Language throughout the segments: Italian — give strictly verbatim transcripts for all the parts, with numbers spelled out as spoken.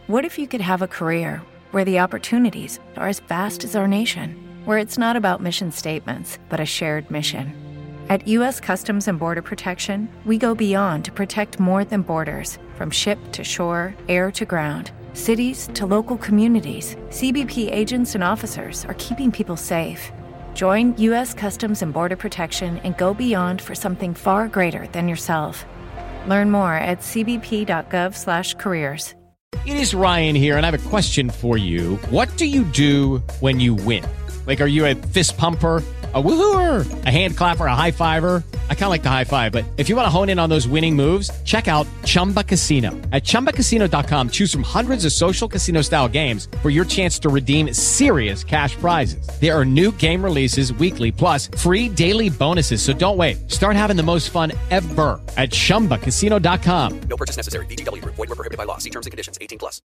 What if you could have a career where the opportunities are as vast as our nation, where it's not about mission statements, but a shared mission? At U S Customs and Border Protection, we go beyond to protect more than borders. From ship to shore, air to ground, cities to local communities, C B P agents and officers are keeping people safe. Join U S Customs and Border Protection and go beyond for something far greater than yourself. Learn more at c b p dot gov slash careers. It is Ryan here, and I have a question for you. What do you do when you win? Like, are you a fist pumper, a woohooer, a hand clapper, a high fiver? I kind of like the high five, but if you want to hone in on those winning moves, check out Chumba Casino. At chumba casino dot com, choose from hundreds of social casino style games for your chance to redeem serious cash prizes. There are new game releases weekly, plus free daily bonuses. So don't wait. Start having the most fun ever at chumba casino dot com. No purchase necessary. V G W. Void where prohibited by law. See terms and conditions. eighteen plus.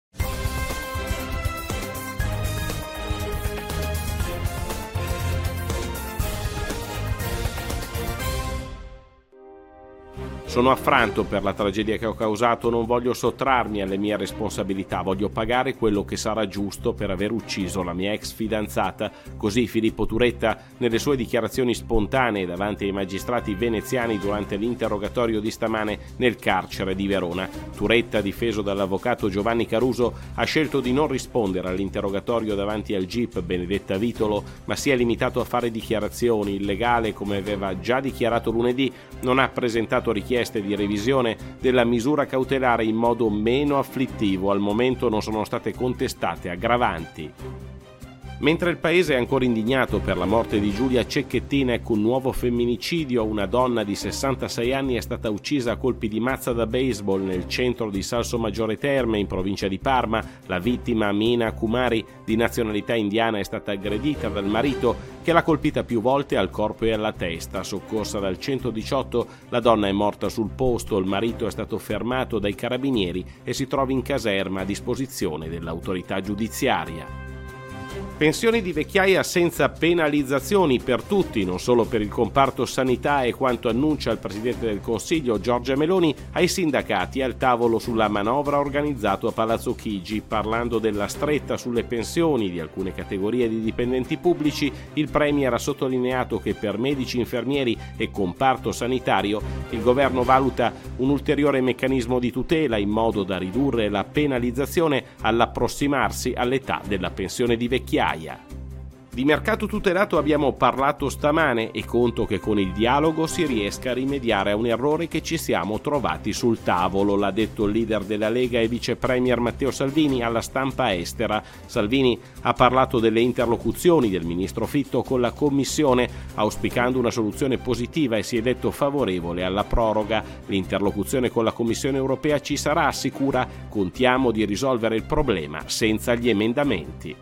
Sono affranto per la tragedia che ho causato, non voglio sottrarmi alle mie responsabilità, voglio pagare quello che sarà giusto per aver ucciso la mia ex fidanzata. Così Filippo Turetta nelle sue dichiarazioni spontanee davanti ai magistrati veneziani durante l'interrogatorio di stamane nel carcere di Verona. Turetta, difeso dall'avvocato Giovanni Caruso, ha scelto di non rispondere all'interrogatorio davanti al G I P Benedetta Vitolo, ma si è limitato a fare dichiarazioni. Illegale, come aveva già dichiarato lunedì, non ha presentato richieste di revisione della misura cautelare in modo meno afflittivo. Al momento non sono state contestate aggravanti. Mentre il paese è ancora indignato per la morte di Giulia Cecchettin, ecco un nuovo femminicidio. Una donna di sessantasei anni è stata uccisa a colpi di mazza da baseball nel centro di Salsomaggiore Terme, in provincia di Parma. La vittima, Meena Kumari, di nazionalità indiana, è stata aggredita dal marito, che l'ha colpita più volte al corpo e alla testa. Soccorsa dal centodiciotto, la donna è morta sul posto. Il marito è stato fermato dai carabinieri e si trova in caserma a disposizione dell'autorità giudiziaria. Pensioni di vecchiaia senza penalizzazioni per tutti, non solo per il comparto sanità, è quanto annuncia il Presidente del Consiglio Giorgia Meloni ai sindacati al tavolo sulla manovra organizzato a Palazzo Chigi. Parlando della stretta sulle pensioni di alcune categorie di dipendenti pubblici, il Premier ha sottolineato che per medici, infermieri e comparto sanitario il governo valuta un ulteriore meccanismo di tutela in modo da ridurre la penalizzazione all'approssimarsi all'età della pensione di vecchiaia. Di mercato tutelato abbiamo parlato stamane e conto che con il dialogo si riesca a rimediare a un errore che ci siamo trovati sul tavolo, l'ha detto il leader della Lega e vice premier Matteo Salvini alla stampa estera. Salvini ha parlato delle interlocuzioni del ministro Fitto con la Commissione, auspicando una soluzione positiva, e si è detto favorevole alla proroga. L'interlocuzione con la Commissione europea ci sarà, assicura, contiamo di risolvere il problema senza gli emendamenti.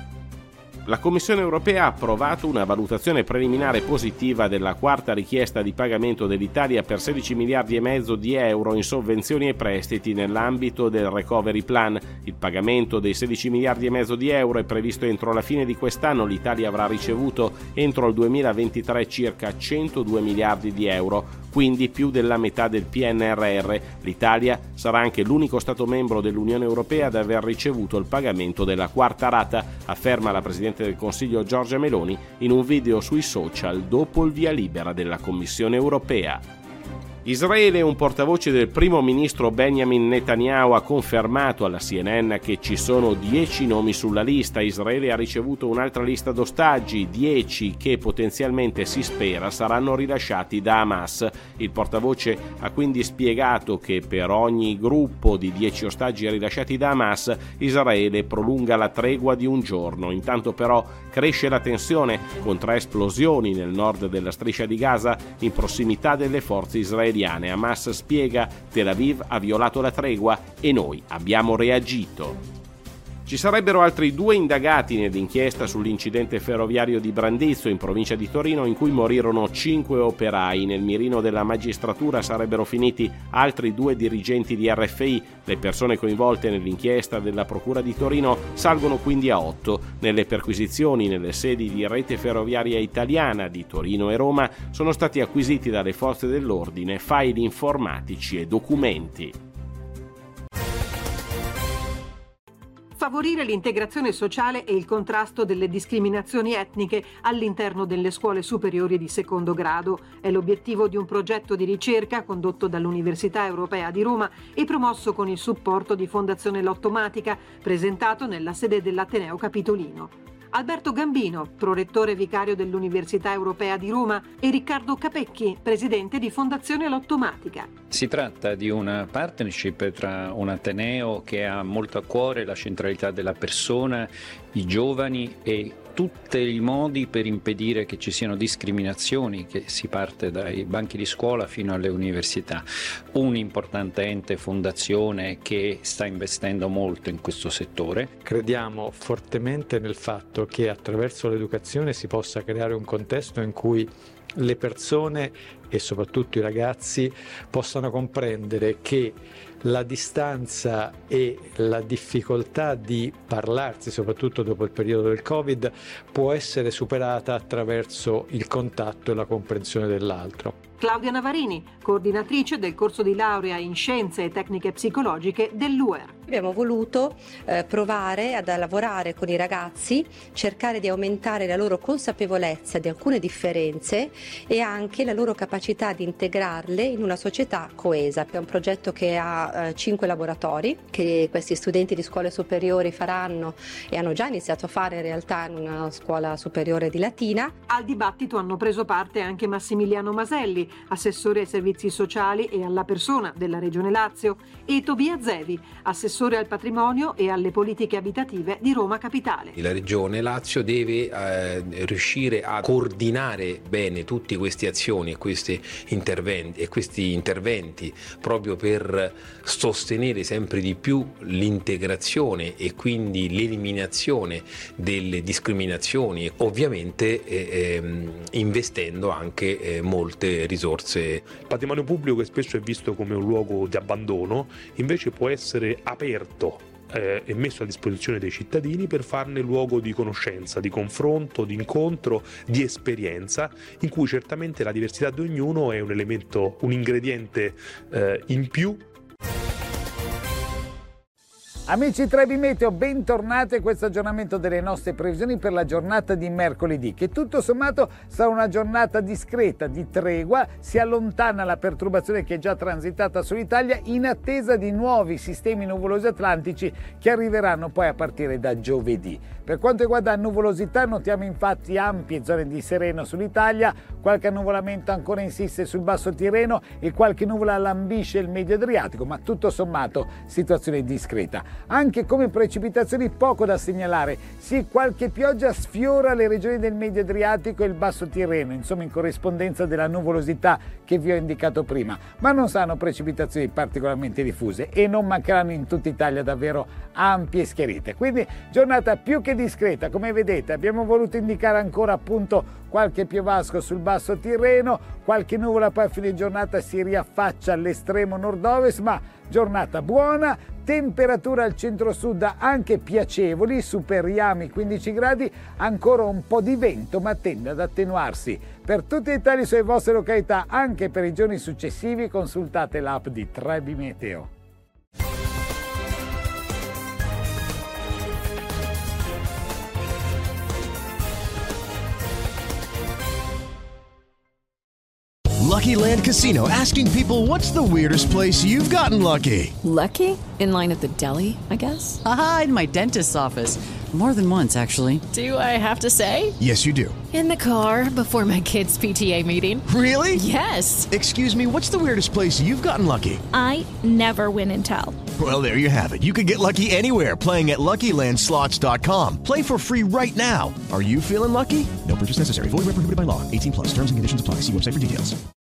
La Commissione europea ha approvato una valutazione preliminare positiva della quarta richiesta di pagamento dell'Italia per sedici miliardi e mezzo di euro in sovvenzioni e prestiti nell'ambito del Recovery Plan. Il pagamento dei sedici miliardi e mezzo di euro è previsto entro la fine di quest'anno. L'Italia avrà ricevuto entro il duemilaventitré circa centodue miliardi di euro, quindi più della metà del P N R R. L'Italia sarà anche l'unico Stato membro dell'Unione Europea ad aver ricevuto il pagamento della quarta rata, afferma la Presidente del Consiglio Giorgia Meloni in un video sui social dopo il via libera della Commissione Europea. Israele, un portavoce del primo ministro Benjamin Netanyahu, ha confermato alla C N N che ci sono dieci nomi sulla lista. Israele ha ricevuto un'altra lista d'ostaggi, dieci che potenzialmente si spera saranno rilasciati da Hamas. Il portavoce ha quindi spiegato che per ogni gruppo di dieci ostaggi rilasciati da Hamas, Israele prolunga la tregua di un giorno. Intanto però cresce la tensione con tre esplosioni nel nord della striscia di Gaza in prossimità delle forze israeliane. Hamas spiega: Tel Aviv ha violato la tregua e noi abbiamo reagito. Ci sarebbero altri due indagati nell'inchiesta sull'incidente ferroviario di Brandizzo, in provincia di Torino, in cui morirono cinque operai. Nel mirino della magistratura sarebbero finiti altri due dirigenti di R F I. Le persone coinvolte nell'inchiesta della Procura di Torino salgono quindi a otto. Nelle perquisizioni nelle sedi di Rete Ferroviaria Italiana di Torino e Roma sono stati acquisiti dalle forze dell'ordine file informatici e documenti. favorire l'integrazione sociale e il contrasto delle discriminazioni etniche all'interno delle scuole superiori di secondo grado. È l'obiettivo di un progetto di ricerca condotto dall'Università Europea di Roma e promosso con il supporto di Fondazione Lottomatica, presentato nella sede dell'Ateneo Capitolino. Alberto Gambino, prorettore vicario dell'Università Europea di Roma, e Riccardo Capecchi, presidente di Fondazione Lottomatica. Si tratta di una partnership tra un ateneo che ha molto a cuore la centralità della persona, i giovani e tutti i modi per impedire che ci siano discriminazioni, che si parte dai banchi di scuola fino alle università. Un'importante ente, fondazione, che sta investendo molto in questo settore. Crediamo fortemente nel fatto che attraverso l'educazione si possa creare un contesto in cui le persone e soprattutto i ragazzi possano comprendere che la distanza e la difficoltà di parlarsi, soprattutto dopo il periodo del Covid, può essere superata attraverso il contatto e la comprensione dell'altro. Claudia Navarini, coordinatrice del corso di laurea in Scienze e Tecniche Psicologiche dell'U E R. Abbiamo voluto eh, provare ad lavorare con i ragazzi, cercare di aumentare la loro consapevolezza di alcune differenze e anche la loro capacità di integrarle in una società coesa. È un progetto che ha eh, cinque laboratori che questi studenti di scuole superiori faranno e hanno già iniziato a fare in realtà in una scuola superiore di Latina. Al dibattito hanno preso parte anche Massimiliano Maselli, assessore ai servizi sociali e alla persona della Regione Lazio, e Tobia Zevi, assessore al patrimonio e alle politiche abitative di Roma Capitale. La Regione Lazio deve eh, riuscire a coordinare bene tutte queste azioni e questi interventi, e questi interventi proprio per sostenere sempre di più l'integrazione e quindi l'eliminazione delle discriminazioni, ovviamente eh, eh, investendo anche eh, molte risorse. Risorse. Il patrimonio pubblico, che spesso è visto come un luogo di abbandono, invece può essere aperto eh, e messo a disposizione dei cittadini per farne luogo di conoscenza, di confronto, di incontro, di esperienza, in cui certamente la diversità di ognuno è un elemento, un ingrediente eh, in più. Amici Trebi Meteo, bentornati a questo aggiornamento delle nostre previsioni per la giornata di mercoledì, che tutto sommato sarà una giornata discreta, di tregua. Si allontana la perturbazione che è già transitata sull'Italia in attesa di nuovi sistemi nuvolosi atlantici che arriveranno poi a partire da giovedì. Per quanto riguarda la nuvolosità, notiamo infatti ampie zone di sereno sull'Italia, qualche annuvolamento ancora insiste sul basso Tirreno e qualche nuvola lambisce il medio Adriatico, ma tutto sommato situazione discreta. Anche come precipitazioni poco da segnalare, sì, qualche pioggia sfiora le regioni del medio Adriatico e il basso Tirreno, insomma in corrispondenza della nuvolosità che vi ho indicato prima, ma non saranno precipitazioni particolarmente diffuse e non mancheranno in tutta Italia davvero ampie schiarite. Quindi giornata più che discreta. Come vedete abbiamo voluto indicare ancora appunto qualche piovasco sul basso Tirreno, qualche nuvola poi a fine giornata si riaffaccia all'estremo nord-ovest, ma giornata buona, temperatura al centro-sud anche piacevoli, superiamo i quindici gradi, ancora un po' di vento ma tende ad attenuarsi. Per tutti i dettagli sulle vostre località, anche per i giorni successivi, consultate l'app di Trebi Meteo. Lucky Land Casino, asking people, what's the weirdest place you've gotten lucky? Lucky? In line at the deli, I guess? Aha, in my dentist's office. More than once, actually. Do I have to say? Yes, you do. In the car before my kids' P T A meeting. Really? Yes. Excuse me, what's the weirdest place you've gotten lucky? I never win and tell. Well, there you have it. You can get lucky anywhere, playing at Lucky Land Slots dot com. Play for free right now. Are you feeling lucky? No purchase necessary. Void where prohibited by law. eighteen plus. Terms and conditions apply. See website for details.